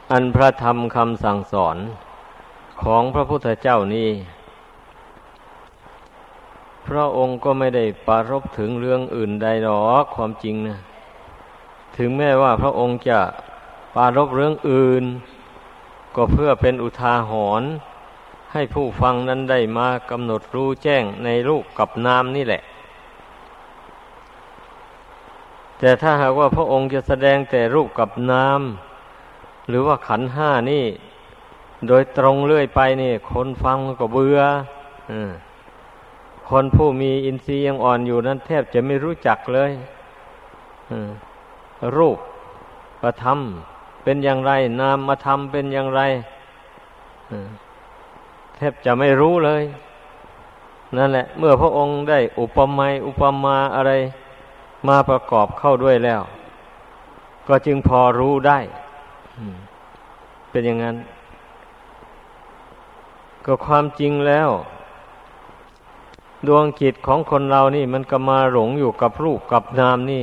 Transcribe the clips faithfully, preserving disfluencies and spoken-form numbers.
อันพระธรรมคำสั่งสอนของพระพุทธเจ้านี้พระองค์ก็ไม่ได้ปรารภถึงเรื่องอื่นใดหรอกความจริงนะถึงแม้ว่าพระองค์จะปรารภเรื่องอื่นก็เพื่อเป็นอุทาหรณ์ให้ผู้ฟังนั้นได้มากำหนดรู้แจ้งในรูปกับนามนี่แหละแต่ถ้าหากว่าพระองค์จะแสดงแต่รูปกับนามหรือว่าขันธ์ห้านี่โดยตรงเรื่อยไปนี่คนฟังก็เบื่อคนผู้มีอินทรีย์ยังอ่อนอยู่นั้นแทบจะไม่รู้จักเลยรูปธรรมเป็นอย่างไรนามธรรมเป็นอย่างไรแทบจะไม่รู้เลยนั่นแหละเมื่อพระองค์ได้อุปมาอุปมาอะไรมาประกอบเข้าด้วยแล้วก็จึงพอรู้ได้เป็นอย่างนั้นก็ความจริงแล้วดวงจิตของคนเรานี่มันก็มาหลงอยู่กับรูปกับนามนี่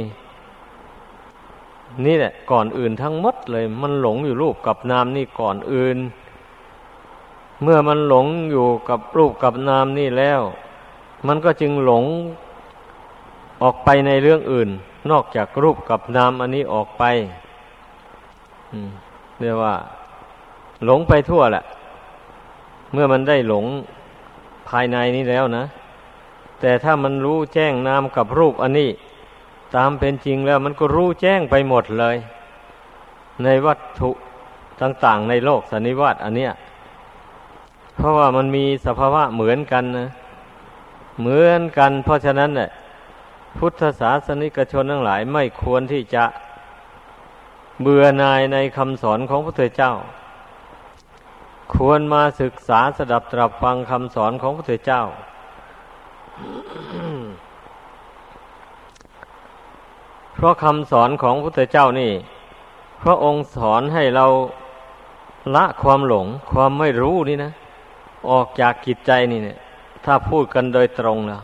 นี่แหละก่อนอื่นทั้งหมดเลยมันหลงอยู่รูปกับนามนี่ก่อนอื่นเมื่อมันหลงอยู่กับรูปกับนามนี่แล้วมันก็จึงหลงออกไปในเรื่องอื่นนอกจากรูปกับนามอันนี้ออกไปเรียกว่าหลงไปทั่วแหละเมื่อมันได้หลงภายในนี้แล้วนะแต่ถ้ามันรู้แจ้งนามกับรูปอันนี้ตามเป็นจริงแล้วมันก็รู้แจ้งไปหมดเลยในวัตถุต่างๆในโลกสันนิวาตอันเนี้ยเพราะว่ามันมีสภาวะเหมือนกันนะเหมือนกันเพราะฉะนั้นเนี่ยพุทธศาสนิกชนทั้งหลายไม่ควรที่จะเบื่อหน่ายในคำสอนของพระพุทธเจ้าควรมาศึกษาสดับตรับฟังคำสอนของพระพุทธเจ้า เพราะคำสอนของพระพุทธเจ้านี่พระองค์สอนให้เราละความหลงความไม่รู้นี่นะออกจากจิตใจนี่เนี่ยถ้าพูดกันโดยตรงแล้ว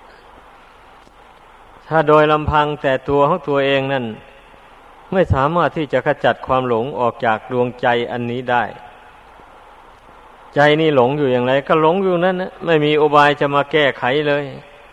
ถ้าโดยลำพังแต่ตัวของตัวเองนั่นไม่สามารถที่จะขจัดความหลงออกจากดวงใจอันนี้ได้ใจนี่หลงอยู่อย่างไรก็หลงอยู่นั่นนะไม่มีอุบายจะมาแก้ไขเลย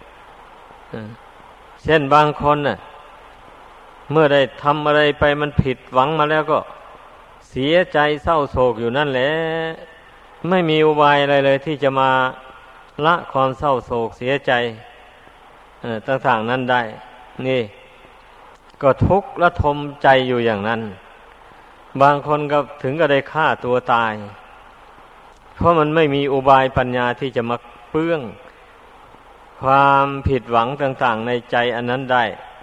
เช่นบางคนน่ะเมื่อได้ทำอะไรไปมันผิดหวังมาแล้วก็เสียใจเศร้าโศกอยู่นั่นแหละไม่มีอุบายอะไรเลยที่จะมาละความเศร้าโศกเสียใจต่างๆนั้นได้นี่ก็ทุกข์ระทมใจอยู่อย่างนั้นบางคนก็ถึงก็ได้ฆ่าตัวตายเพราะมันไม่มีอุบายปัญญาที่จะมาเปื้องความผิดหวังต่างๆในใจอันนั้นได้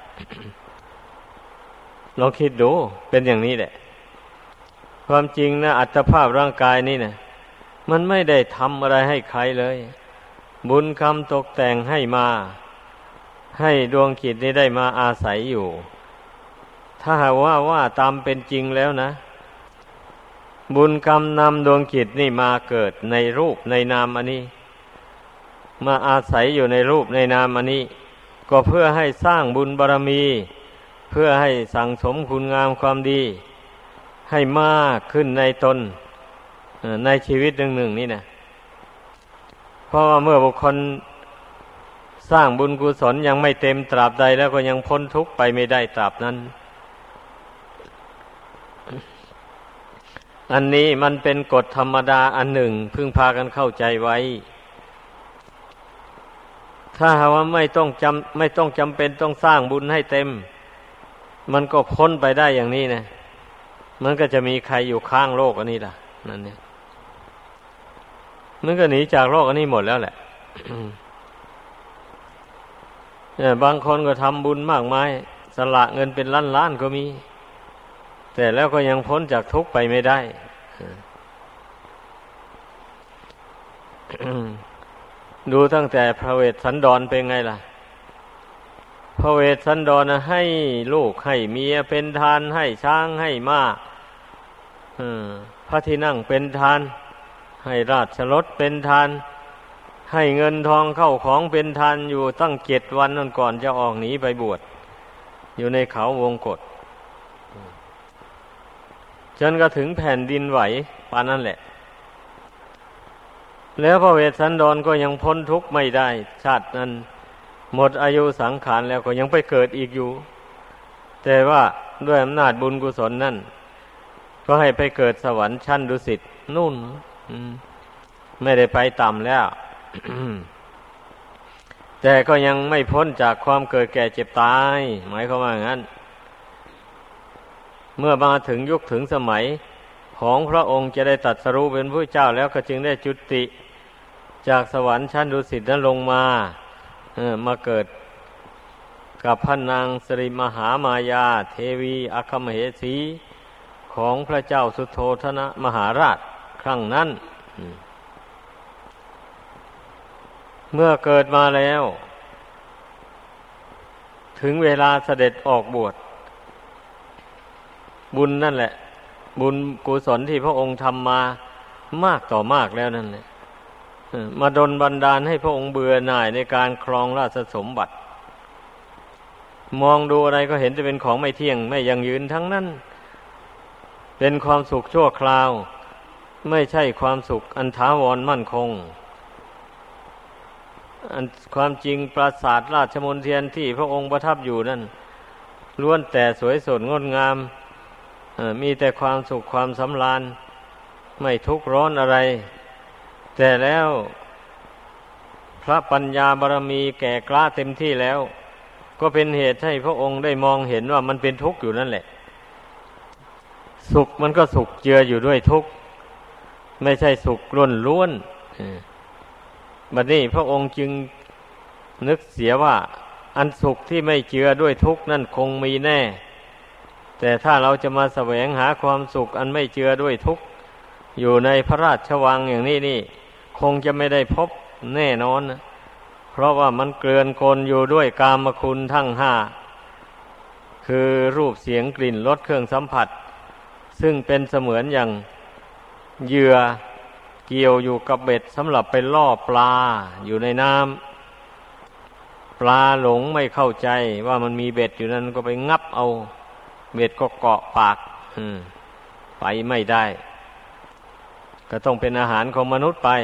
ลองคิดดูเป็นอย่างนี้แหละความจริงนะอัตภาพร่างกายนี่นะมันไม่ได้ทำอะไรให้ใครเลยบุญคำตกแต่งให้มาให้ดวงจิตนี้ได้มาอาศัยอยู่ถ้าหากว่าว่าตามเป็นจริงแล้วนะบุญกรรมนำดวงจิตนี่มาเกิดในรูปในนามอันนี้มาอาศัยอยู่ในรูปในนามอันนี้ก็เพื่อให้สร้างบุญบารมีเพื่อให้สั่งสมคุณงามความดีให้มากขึ้นในตนในชีวิตหนึ่งๆนี่นะเพราะว่าเมื่อบุคคลสร้างบุญกุศลยังไม่เต็มตราบใดแล้วก็ยังพ้นทุกข์ไปไม่ได้ตราบนั้นอันนี้มันเป็นกฎธรรมดาอันหนึ่งพึงพากันเข้าใจไว้ถ้าหากว่าไม่ต้องจำไม่ต้องจำเป็นต้องสร้างบุญให้เต็มมันก็พ้นไปได้อย่างนี้นะมันก็จะมีใครอยู่ข้างโลกอันนี้ล่ะนั่นเนี่ยมันก็หนีจากโลกอันนี้หมดแล้วแหละ เนี่ยบางคนก็ทำบุญมากมายสละเงินเป็นล้านๆก็มีแต่แล้วก็ยังพ้นจากทุกข์ไปไม่ได้ ดูตั้งแต่พระเวสสันดรเป็นไงล่ะพระเวสสันดรให้ลูกให้เมียเป็นทานให้ช้างให้ม้าพระที่นั่งเป็นทานให้ราชรถเป็นทานให้เงินทองเข้าของเป็นทานอยู่ตั้งเจ็ดวันนั่นก่อนจะออกหนีไปบวชอยู่ในเขาวงกฏจนก็ถึงแผ่นดินไหวปานนั้นแหละแล้วพระเวสสันดรก็ยังพ้นทุกข์ไม่ได้ชาตินั้นหมดอายุสังขารแล้วก็ยังไปเกิดอีกอยู่แต่ว่าด้วยอำนาจบุญกุศลนั่นก็ให้ไปเกิดสวรรค์ชั้นดุสิตนู่นไม่ได้ไปต่ำแล้ว แต่ก็ยังไม่พ้นจากความเกิดแก่เจ็บตายหมายความว่าอย่างนั้นเมื่อมาถึงยุคถึงสมัยของพระองค์จะได้ตรัสรู้เป็นผู้เจ้าแล้วก็จึงได้จุติจากสวรรค์ชั้นดุสิตนั้นลงมาเออมาเกิดกับพระนางสิริมหามายาเทวีอัคคมเหสีของพระเจ้าสุโธทนะมหาราชครั้งนั้นเมื่อเกิดมาแล้วถึงเวลาเสด็จออกบวชบุญนั่นแหละบุญกุศลที่พระองค์ทำมามากต่อมากแล้วนั่นแหละมาดลบันดาลให้พระองค์เบื่อหน่ายในการครองราชสมบัติมองดูอะไรก็เห็นจะเป็นของไม่เที่ยงไม่ยั่งยืนทั้งนั้นเป็นความสุขชั่วคราวไม่ใช่ความสุขอันถาวรมั่นคงอันความจริงปราสาทราชมณฑลที่พระองค์ประทับอยู่นั่นล้วนแต่สวยสดงดงามมีแต่ความสุขความสำราญไม่ทุกข์ร้อนอะไรแต่แล้วพระปัญญาบารมีแก่กล้าเต็มที่แล้วก็เป็นเหตุให้พระองค์ได้มองเห็นว่ามันเป็นทุกข์อยู่นั่นแหละสุขมันก็สุขเจืออยู่ด้วยทุกข์ไม่ใช่สุขล้วนล้วนบัดนี้พระองค์จึงนึกเสียว่าอันสุขที่ไม่เจือด้วยทุกข์นั่นคงมีแน่แต่ถ้าเราจะมาแสวงหาความสุขอันไม่เจือด้วยทุกข์อยู่ในพระราชวังอย่างนี้นี่คงจะไม่ได้พบแน่นอนนะเพราะว่ามันเกลื่อนกลอยู่ด้วยกามคุณทั้งห้าคือรูปเสียงกลิ่นรสเครื่องสัมผัสซึ่งเป็นเสมือนอย่างเหยื่อเกี่ยวอยู่กับเบ็ดสำหรับไปล่อปลาอยู่ในน้ำปลาหลงไม่เข้าใจว่ามันมีเบ็ดอยู่นั้นก็ไปงับเอาเบ็ดก็เกาะปากไปไม่ได้ก็ต้องเป็นอาหารของมนุษย์ไป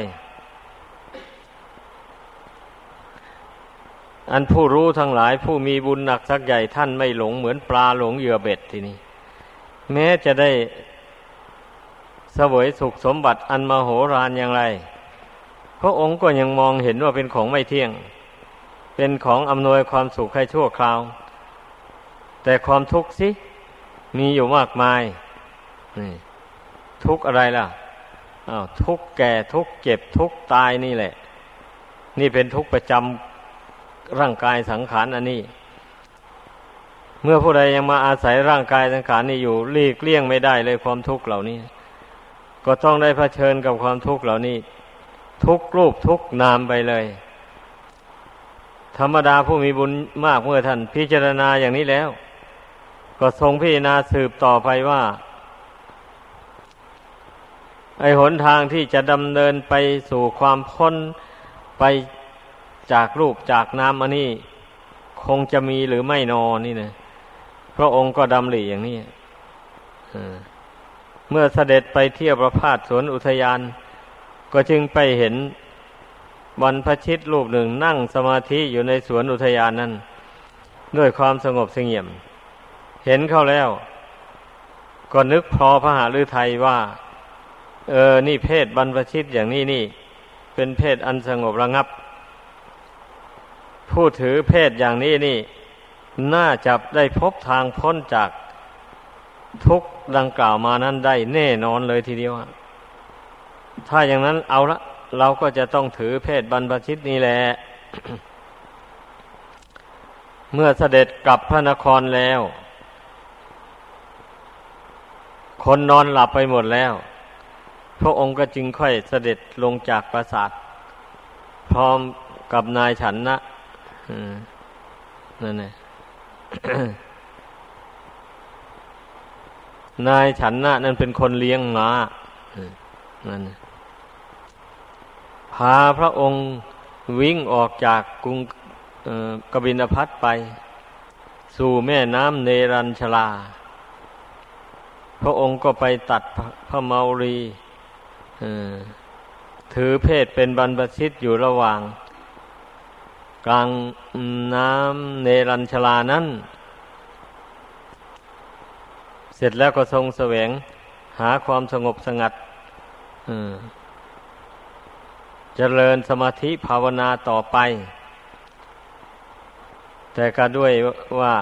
อันผู้รู้ทั้งหลายผู้มีบุญหนักสักใหญ่ท่านไม่หลงเหมือนปลาหลงเหยื่อเบ็ดทีนี้แม้จะได้เสวยสุขสมบัติอันมโหฬารอย่างไรพระองค์ก็ยังมองเห็นว่าเป็นของไม่เที่ยงเป็นของอำนวยความสุขให้ชั่วคราวแต่ความทุกข์สิมีอยู่มากมายนี่ทุกข์อะไรล่ะอ้าวทุกข์แก่ทุกข์เจ็บทุกข์ตายนี่แหละนี่เป็นทุกข์ประจำร่างกายสังขารอันนี้เมื่อผู้ใดยังมาอาศัยร่างกายสังขารนี้อยู่หลีกเลี่ยงไม่ได้เลยความทุกข์เหล่านี้ก็ต้องได้เผชิญกับความทุกข์เหล่านี้ทุกรูปทุกนามไปเลยธรรมดาผู้มีบุญมากเมื่อท่านพิจารณาอย่างนี้แล้วก็ทรงพิจารณาสืบต่อไปว่าไอ้หนทางที่จะดำเนินไปสู่ความพ้นไปจากรูปจากนามอันนี้คงจะมีหรือไม่นอนี่นะพระองค์ก็ดำริอย่างนี้เมื่อเสด็จไปเที่ยวประพาสสวนอุทยานก็จึงไปเห็นบรรพชิตรูปหนึ่งนั่งสมาธิอยู่ในสวนอุทยานนั้นด้วยความสงบเสงี่ยมเห็นเข้าแล้วก็นึกพอพระหฤทัยว่าเออนี่เพศบรรพชิตอย่างนี้นี่เป็นเพศอันสงบระงับผู้ถือเพศอย่างนี้นี่น่าจะได้พบทางพ้นจากทุกข์ดังกล่าวมานั้นได้แน่นอนเลยทีเดียวถ้าอย่างนั้นเอาละเราก็จะต้องถือเพศบรรพชิตนี่แหละ เมื่อเสด็จกลับพระนครแล้วคนนอนหลับไปหมดแล้วพระองค์ก็จึงค่อยเสด็จลงจากปราสาทพร้อมกับนายฉันนะนั่นแหละ นายฉันนะนั่นเป็นคนเลี้ยงม้านั่นพาพระองค์วิ่งออกจากกรุงกบิลพัสไปสู่แม่น้ำเนรัญชลาพระองค์ก็ไปตัดพระเมารีถือเพศเป็นบรรพชิตอยู่ระหว่างกลางน้ำเนรัญชลานั้นเสร็จแล้วก็ทรงแสวงหาความสงบสงัดเจริญสมาธิภาวนาต่อไปแต่ก็ด้วยว่า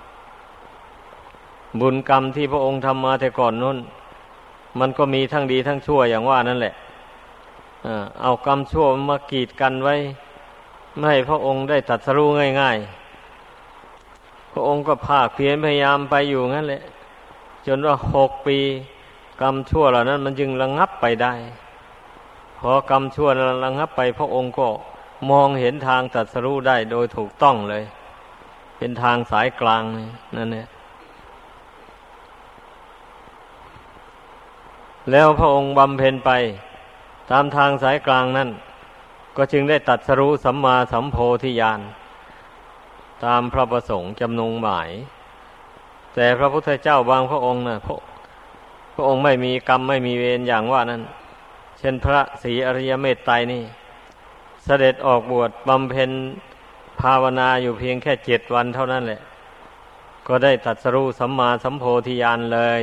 บุญกรรมที่พระองค์ทำมาแต่ก่อนนู้นมันก็มีทั้งดีทั้งชั่วอย่างว่านั่นแหละเอากรรมชั่วมากีดกันไว้ไม่ให้พระองค์ได้ตรัสรู้ง่ายๆพระองค์ก็ภาคเพียรพยายามไปอยู่งั้นแหละจนว่าหกปีกรรมชั่วเหล่านั้นมันจึงระงับไปได้พอกรรมชั่วระงับไปพระองค์ก็มองเห็นทางตรัสรู้ได้โดยถูกต้องเลยเป็นทางสายกลางนั่นแหละแล้วพระองค์บำเพ็ญไปตามทางสายกลางนั่นก็จึงได้ตรัสรู้สัมมาสัมโพธิญาณตามพระประสงค์จำนงหมายแต่พระพุทธเจ้าบางพระองค์นะพระพระองค์ไม่มีกรรมไม่มีเวรอย่างว่านั้นเช่นพระศรีอริยเมตไตรนี่เสด็จออกบวชบำเพ็ญภาวนาอยู่เพียงแค่เจ็ดวันเท่านั้นแหละก็ได้ตรัสรู้สัมมาสัมโพธิญาณเลย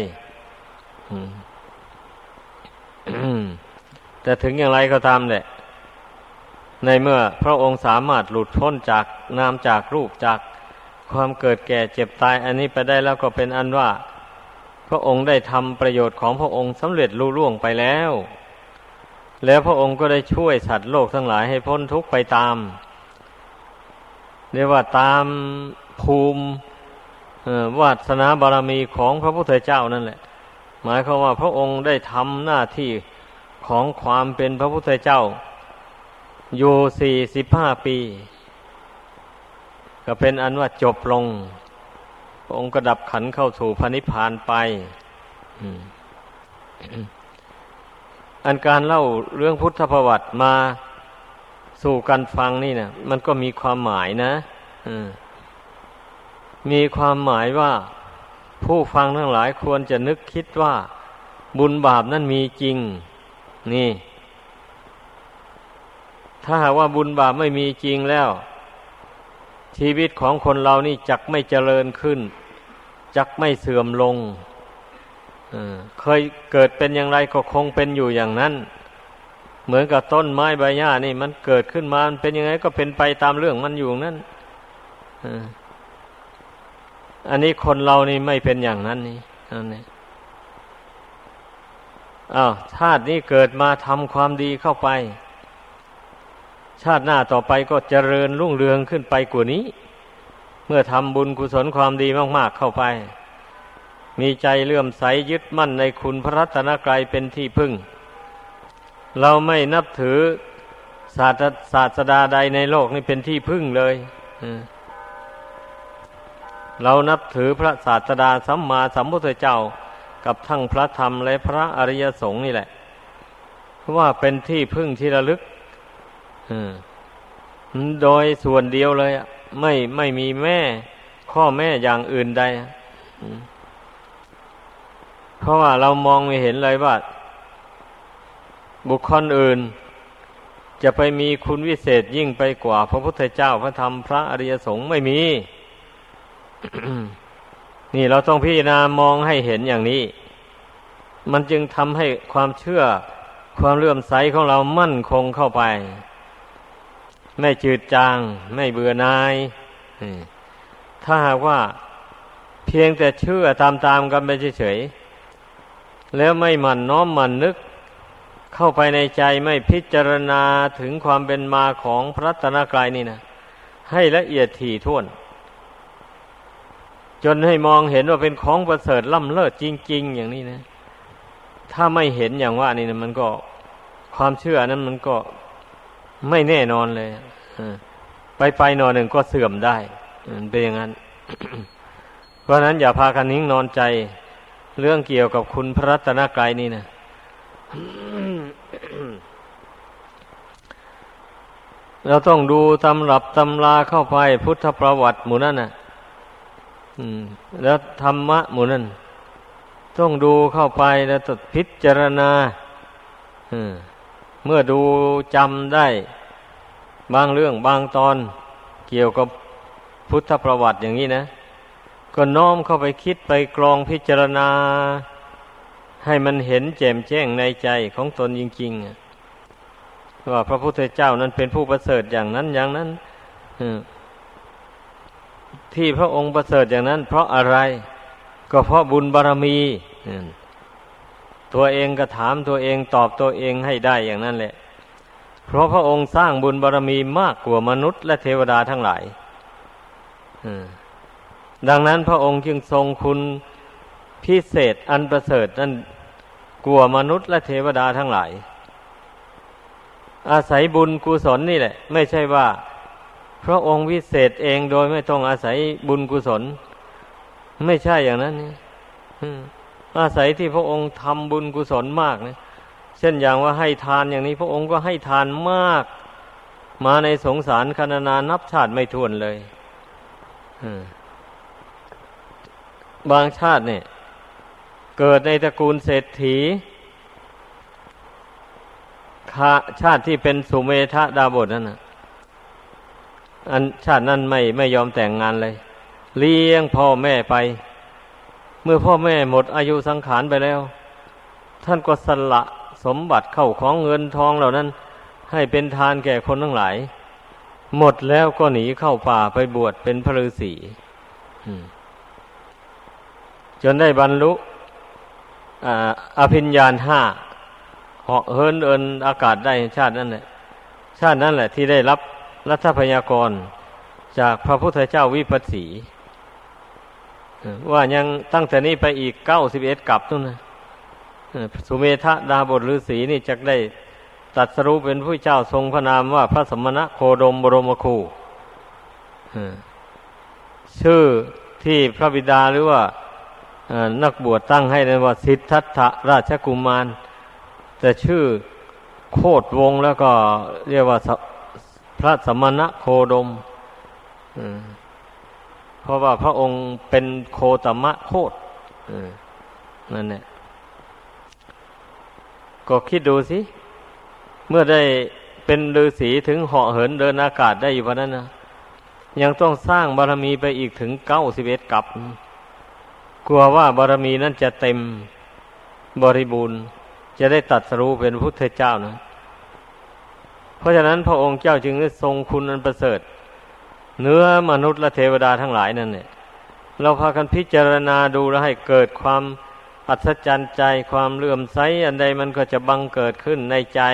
แต่ถึงอย่างไรก็ตามแหละในเมื่อพระองค์สามารถหลุดพ้นจากนามจากรูปจากความเกิดแก่เจ็บตายอันนี้ไปได้แล้วก็เป็นอันว่าพระองค์ได้ทำประโยชน์ของพระองค์สำเร็จลุล่วงไปแล้วแล้วพระองค์ก็ได้ช่วยสัตว์โลกทั้งหลายให้พ้นทุกข์ไปตามเรียกว่าตามภูมิวาสนาบารมีของพระพุทธเจ้านั่นแหละหมายความว่าพระองค์ได้ทำหน้าที่ของความเป็นพระพุทธเจ้าอยู่สี่สิบห้าปีก็เป็นอันว่าจบลงพระองค์ก็ดับขันธ์เข้าสู่พระนิพพานไปอันการเล่าเรื่องพุทธประวัติมาสู่กันฟังนี่นะมันก็มีความหมายนะมีความหมายว่าผู้ฟังทั้งหลายควรจะนึกคิดว่าบุญบาปนั้นมีจริงนี่ถ้าหากว่าบุญบาปไม่มีจริงแล้วชีวิตของคนเรานี่จักไม่เจริญขึ้นจักไม่เสื่อมลงเคยเกิดเป็นอย่างไรก็คงเป็นอยู่อย่างนั้นเหมือนกับต้นไม้ใบหญ้านี่มันเกิดขึ้นมามันเป็นยังไงก็เป็นไปตามเรื่องมันอยู่นั้นอันนี้คนเรานี่ไม่เป็นอย่างนั้นนี่อันนี้อ้าวชาตินี้เกิดมาทำความดีเข้าไปชาติหน้าต่อไปก็เจริญรุ่งเรืองขึ้นไปกว่านี้เมื่อทำบุญกุศลความดีมากๆเข้าไปมีใจเลื่อมใสยึดมั่นในคุณพระรัตนตรัยเป็นที่พึ่งเราไม่นับถือศาสตร์ศาสดาใดในโลกนี้เป็นที่พึ่งเลยเรานับถือพระศาสดาสัมมาสัมพุทธเจ้ากับทั้งพระธรรมและพระอริยสงฆ์นี่แหละว่าเป็นที่พึ่งที่ระลึกโดยส่วนเดียวเลยไม่ไม่มีแม่ข้อแม่อย่างอื่นใดเพราะว่าเรามองไม่เห็นเลยว่าบุคคลอื่นจะไปมีคุณวิเศษยิ่งไปกว่าพระพุทธเจ้าพระธรรมพระอริยสงฆ์ไม่มี นี่เราต้องพิจารณามองให้เห็นอย่างนี้มันจึงทำให้ความเชื่อความเลื่อมใสของเรามั่นคงเข้าไปไม่จืดจางไม่เบื่อหน่ายถ้าหากว่าเพียงแต่เชื่อตามๆกันไปเฉยๆแล้วไม่หมั่นน้อมหมั่นนึกเข้าไปในใจไม่พิจารณาถึงความเป็นมาของพระรัตนตรัยนี่นะให้ละเอียดถี่ถ้วนจนให้มองเห็นว่าเป็นของประเสริฐล้ำเลิศจริงๆอย่างนี้นะถ้าไม่เห็นอย่างว่านี่นะมันก็ความเชื่อนั้นมันก็ไม่แน่นอนเลยไปไปหน่อยหนึ่งก็เสื่อมได้เป็นอย่างนั้น เพราะนั้นอย่าพากันนิ่งนอนใจเรื่องเกี่ยวกับคุณพระรัตนตรัยนี่นะ เราต้องดูตำรับตำราเข้าไปพุทธประวัติหมู่นั่นน่ะแล้วธรรมะหมู่นั่นต้องดูเข้าไปแล้วต้องพิจารณาเมื่อดูจำได้บางเรื่องบางตอนเกี่ยวกับพุทธประวัติอย่างนี้นะก็น้อมเข้าไปคิดไปกรองพิจารณาให้มันเห็นแจ่มแจ้งในใจของตนจริงๆว่าพระพุทธเจ้านั้นเป็นผู้ประเสริฐอย่างนั้นอย่างนั้นที่พระองค์ประเสริฐอย่างนั้นเพราะอะไรก็เพราะบุญบารมีตัวเองก็ถามตัวเองตอบตัวเองให้ได้อย่างนั้นแหละเพราะพระองค์สร้างบุญบารมีมากกว่ามนุษย์และเทวดาทั้งหลายดังนั้นพระองค์จึงทรงคุณพิเศษอันประเสริฐนั้นกว่ามนุษย์และเทวดาทั้งหลายอาศัยบุญกุศลนี่แหละไม่ใช่ว่าพระองค์วิเศษเองโดยไม่ต้องอาศัยบุญกุศลไม่ใช่อย่างนั้นนี่อาศัยที่พระองค์ทำบุญกุศลมากนะเช่นอย่างว่าให้ทานอย่างนี้พระองค์ก็ให้ทานมากมาในสงสารคณนานับชาติไม่ถ้วนเลยบางชาติเนี่ยเกิดในตระกูลเศรษฐีชาติที่เป็นสุเมธดาบสนั่นนะอันชาตินั้นไม่ไม่ยอมแต่งงานเลยเลี้ยงพ่อแม่ไปเมื่อพ่อแม่หมดอายุสังขารไปแล้วท่านก็สละสมบัติเข้าของเงินทองเหล่านั้นให้เป็นทานแก่คนทั้งหลายหมดแล้วก็หนีเข้าป่าไปบวชเป็นพระฤาษีจนได้บรรลุอภิญญาห้าเหาะเหินเอินอากาศได้ชาตินั้นแหละชาตินั้นแหละที่ได้รับรัฐพยากรจากพระพุทธเจ้าวิปัสสีว่ายังตั้งแต่นี้ไปอีกเก้าสิบเอ็ดกัปนู่นนะสุเมธดาบสฤาษีนี่จักได้ตรัสรู้เป็นผู้เจ้าทรงพระนามว่าพระสมณะโคดมบรมครูชื่อที่พระบิดาหรือว่านักบวชตั้งให้นั้นว่าสิทธัตถราชกุมารแต่ชื่อโคตรวงแล้วก็เรียกว่าพระสมณะโคดมเพราะว่าพระองค์เป็นโคตมะโคตนั่นแหละก็คิดดูสิเมื่อได้เป็นฤาษีถึงเหาะเหินเดินอากาศได้อยู่พอนั้นนะยังต้องสร้างบารมีไปอีกถึงเก้าสิบเอ็ดกัปกลัวว่าบารมีนั้นจะเต็มบริบูรณ์จะได้ตรัสรู้เป็นพุทธเจ้านะเพราะฉะนั้นพระองค์เจ้าจึงได้ทรงคุณอันประเสริฐเนื้อมนุษย์และเทวดาทั้งหลายนั่นเนี่ยเราพากันพิจารณาดูแล้วให้เกิดความอัศจรรย์ใจความเลื่อมใสอันใดมันก็จะบังเกิดขึ้นในใจ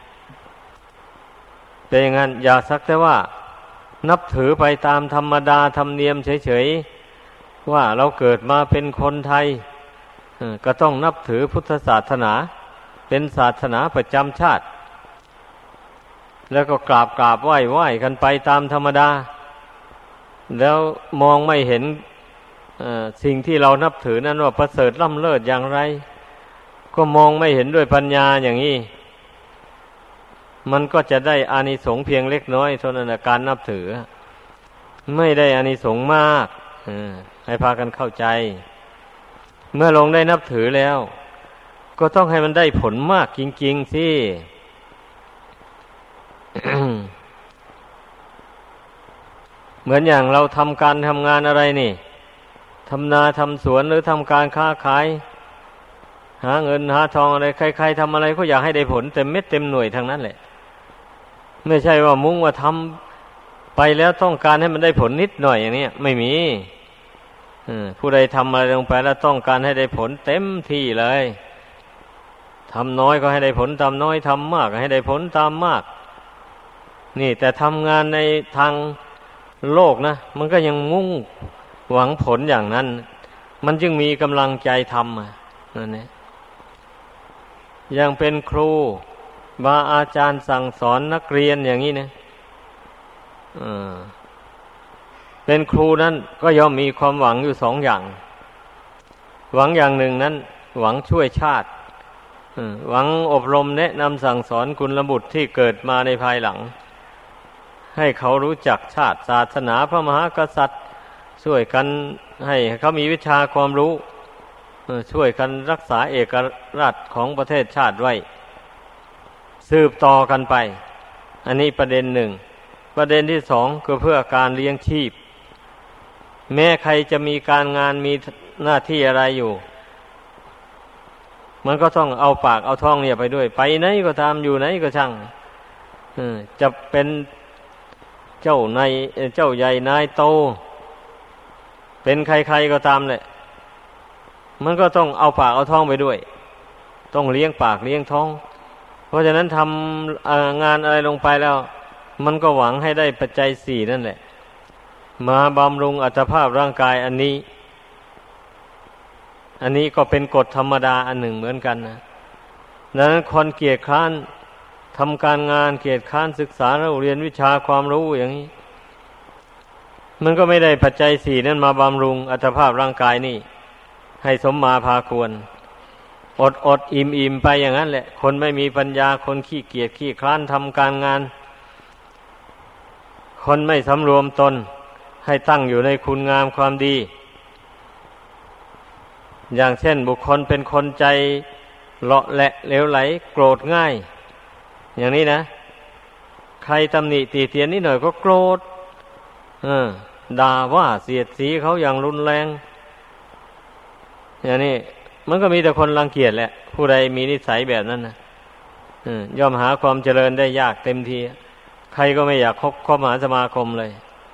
เป็นอย่างนั้นอย่าสักแต่ว่านับถือไปตามธรรมดาธรรมเนียมเฉยๆว่าเราเกิดมาเป็นคนไทยก็ต้องนับถือพุทธศาสนาเป็นศาสนาประจำชาติแล้วก็กราบกราบไหว้ไหว้กันไปตามธรรมดาแล้วมองไม่เห็นสิ่งที่เรานับถือนั้นว่าประเสริฐล้ำเลิศอย่างไรก็มองไม่เห็นด้วยปัญญาอย่างนี้มันก็จะได้อานิสงส์เพียงเล็กน้อยเท่านั้นการนับถือไม่ได้อานิสงส์มากให้พากันเข้าใจเมื่อลงได้นับถือแล้วก็ต้องให้มันได้ผลมากจริงๆสิ เหมือนอย่างเราทำการทำงานอะไรนี่ทำนาทำสวนหรือทำการค้าขายหาเงินหาทองอะไรใครๆทำอะไรก็อยากให้ได้ผลเต็มเม็ดเต็มหน่วยทางนั้นแหละไม่ใช่ว่ามุ่งว่าทำไปแล้วต้องการให้มันได้ผลนิดหน่อยอย่างนี้ไม่มีผู้ใดทำอะไรลงไปแล้วต้องการให้ได้ผลเต็มที่เลยทำน้อยก็ให้ได้ผลตามน้อยทำมากก็ให้ได้ผลตามมากนี่แต่ทำงานในทางโลกนะมันก็ยังมุ่งหวังผลอย่างนั้นมันจึงมีกำลังใจทำนั่นแหละยังเป็นครูบาอาจารย์สั่งสอนนักเรียนอย่างนี้นะเป็นครูนั้นก็ย่อมมีความหวังอยู่สองอย่างหวังอย่างหนึ่งนั้นหวังช่วยชาติหวังอบรมแนะนำสั่งสอนกุลบุตรที่เกิดมาในภายหลังให้เขารู้จักชาติศาสนาพระมหากษัตริย์ช่วยกันให้เขามีวิชาความรู้ช่วยกันรักษาเอกราชของประเทศชาติไว้สืบต่อกันไปอันนี้ประเด็นหนึ่งประเด็นที่สองก็เพื่อการเลี้ยงชีพแม้ใครจะมีการงานมีหน้าที่อะไรอยู่มันก็ต้องเอาปากเอาท้องเนี่ยไปด้วยไปไหนก็ตามอยู่ไหนก็ช่างจะเป็นเจ้านายเจ้าใหญ่นายโตเป็นใครๆก็ตามแหละมันก็ต้องเอาปากเอาท้องไปด้วยต้องเลี้ยงปากเลี้ยงท้องเพราะฉะนั้นทำงานอะไรลงไปแล้วมันก็หวังให้ได้ปัจจัยสี่นั่นแหละมาบำรุงอัตภาพร่างกายอันนี้อันนี้ก็เป็นกฎธรรมดาอันหนึ่งเหมือนกันนะดังนั้นคนเกียจคร้านทำการงานเกียจคร้านศึกษาเราเรียนวิชาความรู้อย่างนี้มันก็ไม่ได้ปัจจัยสี่นั้นมาบำรุงอัตภาพร่างกายนี่ให้สมมาภาควรอดอดอิ่มอิ่มไปอย่างนั้นแหละคนไม่มีปัญญาคนขี้เกียจขี้คร้านทำการงานคนไม่สำรวมตนให้ตั้งอยู่ในคุณงามความดีอย่างเช่นบุคคลเป็นคนใจเลาะแหละเหลวไหลโกรธง่ายอย่างนี้นะใครตำหนิตีเตียนนิดหน่อยก็โกรธเออด่าว่าเสียดสีเขาอย่างรุนแรงอย่างนี้มันก็มีแต่คนรังเกียจแหละผู้ใดมีนิสัยแบบนั้นนะย่อมหาความเจริญได้ยากเต็มทีใครก็ไม่อยากคบคบหาสมาคมเลย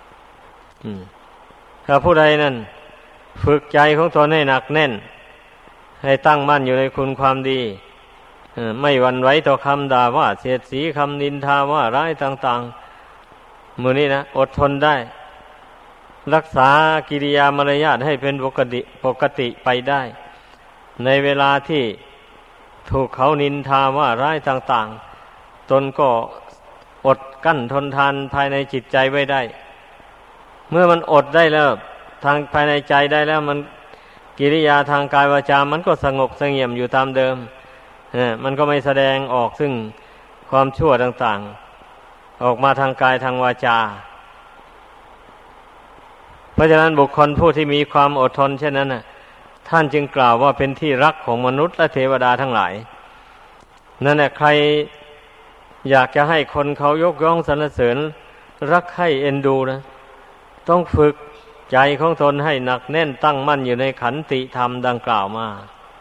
ถ้าผู้ใดนั่นฝึกใจของตนให้หนักแน่นให้ตั้งมั่นอยู่ในคุณความดีไม่หวั่นไหวต่อคำด่าว่าเสียดสีคำนินทาว่าร้ายต่างๆมือนี้นะอดทนได้รักษากิริยามารยาทให้เป็นปกติปกติไปได้ในเวลาที่ถูกเขานินทาว่าร้ายต่างๆตนก็อดกั้นทนทานภายในจิตใจไว้ได้เมื่อมันอดได้แล้วทางภายในใจได้แล้วมันกิริยาทางกายวาจามันก็สงบเสงี่ยมอยู่ตามเดิมมันก็ไม่แสดงออกซึ่งความชั่วต่างๆออกมาทางกายทางวาจาเพราะฉะนั้นบุคคลผู้ที่มีความอดทนเช่นนั้นน่ะท่านจึงกล่าวว่าเป็นที่รักของมนุษย์และเทวดาทั้งหลายนั่นแหละใครอยากจะให้คนเขายกย่องสรรเสริญรักใคร่เอ็นดูนะต้องฝึกใจของตนให้หนักแน่นตั้งมั่นอยู่ในขันติธรรมดังกล่าวมา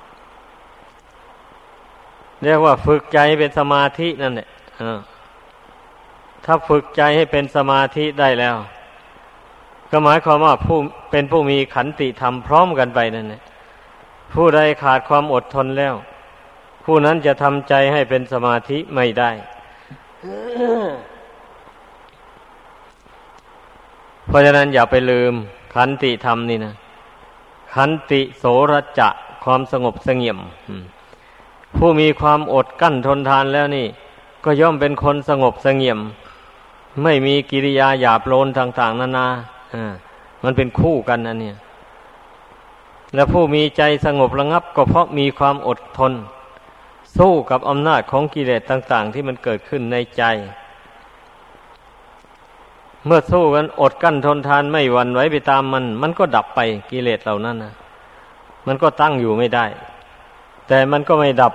เรียกว่าฝึกใจเป็นสมาธินั่นแหละถ้าฝึกใจให้เป็นสมาธิได้แล้วก็หมายความว่าผู้เป็นผู้มีขันติธรรมพร้อมกันไปนั่นแหละผู้ใดขาดความอดทนแล้วผู้นั้นจะทำใจให้เป็นสมาธิไม่ได้ เพราะฉะนั้นอย่าไปลืมขันติธรรมนี่นะขันติโสรจะความสงบเสงี่ยมผู้มีความอดกั้นทนทานแล้วนี่ก็ย่อมเป็นคนสงบเสงี่ยมไม่มีกิริยาหยาบโลนต่างๆนานาอ่ามันเป็นคู่กันอันเนี้ยและผู้มีใจสงบระงับก็เพราะมีความอดทนสู้กับอำนาจของกิเลสต่างๆที่มันเกิดขึ้นในใจเมื่อสู้กันอดกั้นทนทานไม่หวั่นไหวไปตามมันมันก็ดับไปกิเลสเหล่านั้นนะมันก็ตั้งอยู่ไม่ได้แต่มันก็ไม่ดับ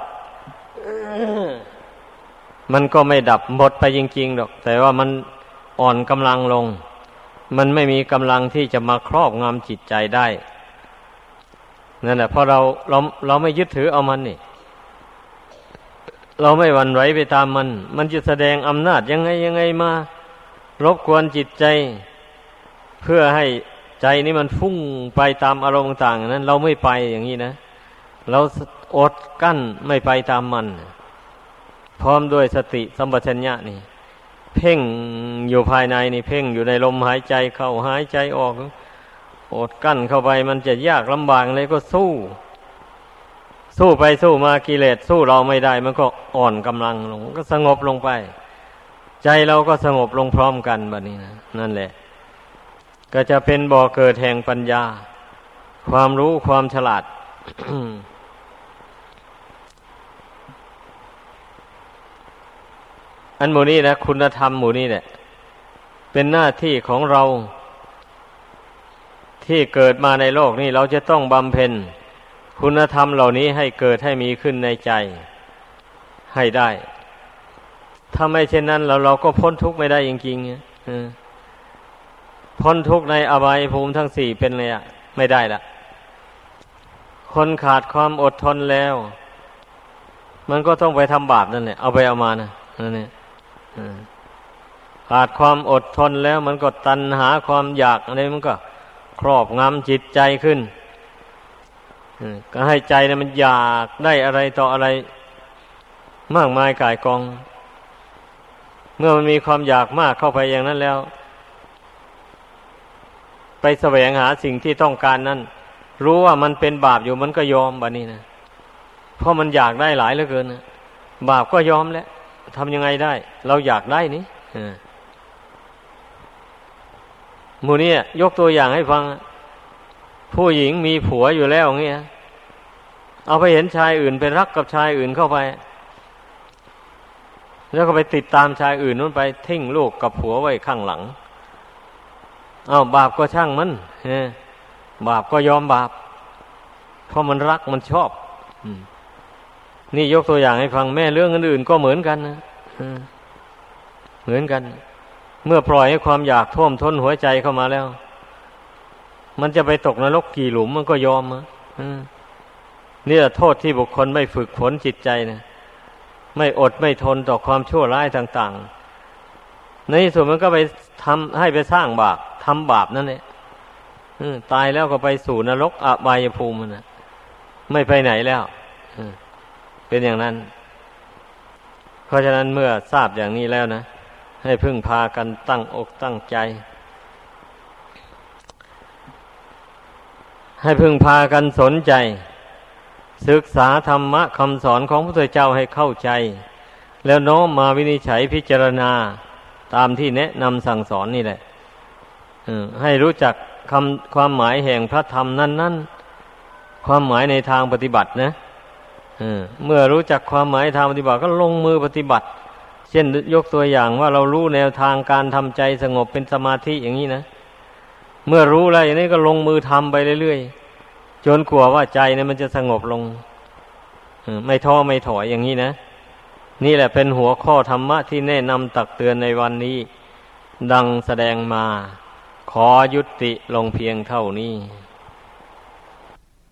มันก็ไม่ดับหมดไปจริงๆหรอกแต่ว่ามันอ่อนกำลังลงมันไม่มีกำลังที่จะมาครอบงำจิตใจได้นั่นแหละเพราะเราเราเราไม่ยึดถือเอามันนี่เราไม่หวั่นไหวไปตามมันมันจะแสดงอำนาจยังไงยังไงมารบกวนจิตใจเพื่อให้ใจนี้มันฟุ้งไปตามอารมณ์ต่างๆนั้นเราไม่ไปอย่างนี้นะเราอดกั้นไม่ไปตามมันพร้อมด้วยสติสัมปชัญญะนี่เพ่งอยู่ภายในนี่เพ่งอยู่ในลมหายใจเข้าหายใจออกอดกั้นเข้าไปมันจะยากลำบากเลยก็สู้สู้ไปสู้มากิเลสสู้เราไม่ได้มันก็อ่อนกำลังลงก็สงบลงไปใจเราก็สงบลงพร้อมกันแบบนี้นะนั่นแหละก็จะเป็นบ่อเกิดแห่งปัญญาความรู้ความฉลาด อันหมู่นี้นะคุณธรรมหมู่นี้แหละเป็นหน้าที่ของเราที่เกิดมาในโลกนี้เราจะต้องบำเพ็ญคุณธรรมเหล่านี้ให้เกิดให้มีขึ้นในใจให้ได้ถ้าไม่เช่นนั้นเราเราก็พ้นทุกข์ไม่ได้จริงๆพ้นทุกข์ในอบายภูมิทั้งสี่เป็นไงอ่ะไม่ได้ละคนขาดความอดทนแล้วมันก็ต้องไปทำบาปนั่นแหละเอาไปเอามานะนั่นแหละขาดความอดทนแล้วมันก็ตัณหาความอยากอะไรมันก็ครอบงำจิตใจขึ้นก็ให้ใจนะมันอยากได้อะไรต่ออะไรมากมายก่ายกองเมื่อมันมีความอยากมากเข้าไปอย่างนั้นแล้วไปแสวงหาสิ่งที่ต้องการนั้นรู้ว่ามันเป็นบาปอยู่มันก็ยอมบัดนี้นะเพราะมันอยากได้หลายเหลือเกินนะบาปก็ยอมแล้วทำยังไงได้เราอยากได้นี่หมู่นี้ยกตัวอย่างให้ฟังผู้หญิงมีผัวอยู่แล้วอย่างเงี้ยเอาไปเห็นชายอื่นไปรักกับชายอื่นเข้าไปแล้วก็ไปติดตามชายอื่นนู้นไปทิ้งลูกกับผัวไว้ข้างหลังอ้าวบาปก็ช่างมันบาปก็ยอมบาปเพราะมันรักมันชอบนี่ยกตัวอย่างให้ฟังแม่เรื่องอื่นๆก็เหมือนกันนะเหมือนกันเมื่อปล่อยให้ความอยากท่วมท้นหัวใจเข้ามาแล้วมันจะไปตกนรกกี่หลุมมันก็ยอมอ่ะนี่แหละโทษที่บุคคลไม่ฝึกฝนจิตใจนะไม่อดไม่ทนต่อความชั่วร้ายต่างๆในที่สุดมันก็ไปทำให้ไปสร้างบาปทำบาปนั่นแหละตายแล้วก็ไปสู่นรกอบายภูมินะไม่ไปไหนแล้วเป็นอย่างนั้นเพราะฉะนั้นเมื่อทราบอย่างนี้แล้วนะให้พึ่งพากันตั้งอกตั้งใจให้พึ่งพากันสนใจศึกษาธรรมะคำสอนของพระพุทธเจ้าให้เข้าใจแล้วน้อมมาวินิจฉัยพิจารณาตามที่แนะนำสั่งสอนนี่แหละให้รู้จักคำความหมายแห่งพระธรรมนั้นๆความหมายในทางปฏิบัตินะเมื่อรู้จักความหมายทางปฏิบัติก็ลงมือปฏิบัติเช่นยกตัวอย่างว่าเรารู้แนวทางการทำใจสงบเป็นสมาธิอย่างนี้นะเมื่อรู้แล้วอย่างนี้ก็ลงมือทำไปเรื่อยๆจนกลัวว่าใจเนี่ยมันจะสงบลงไม่ท้อไม่ถอยอย่างนี้นะนี่แหละเป็นหัวข้อธรรมะที่แนะนำตักเตือนในวันนี้ดังแสดงมาขอยุติลงเพียงเท่านี้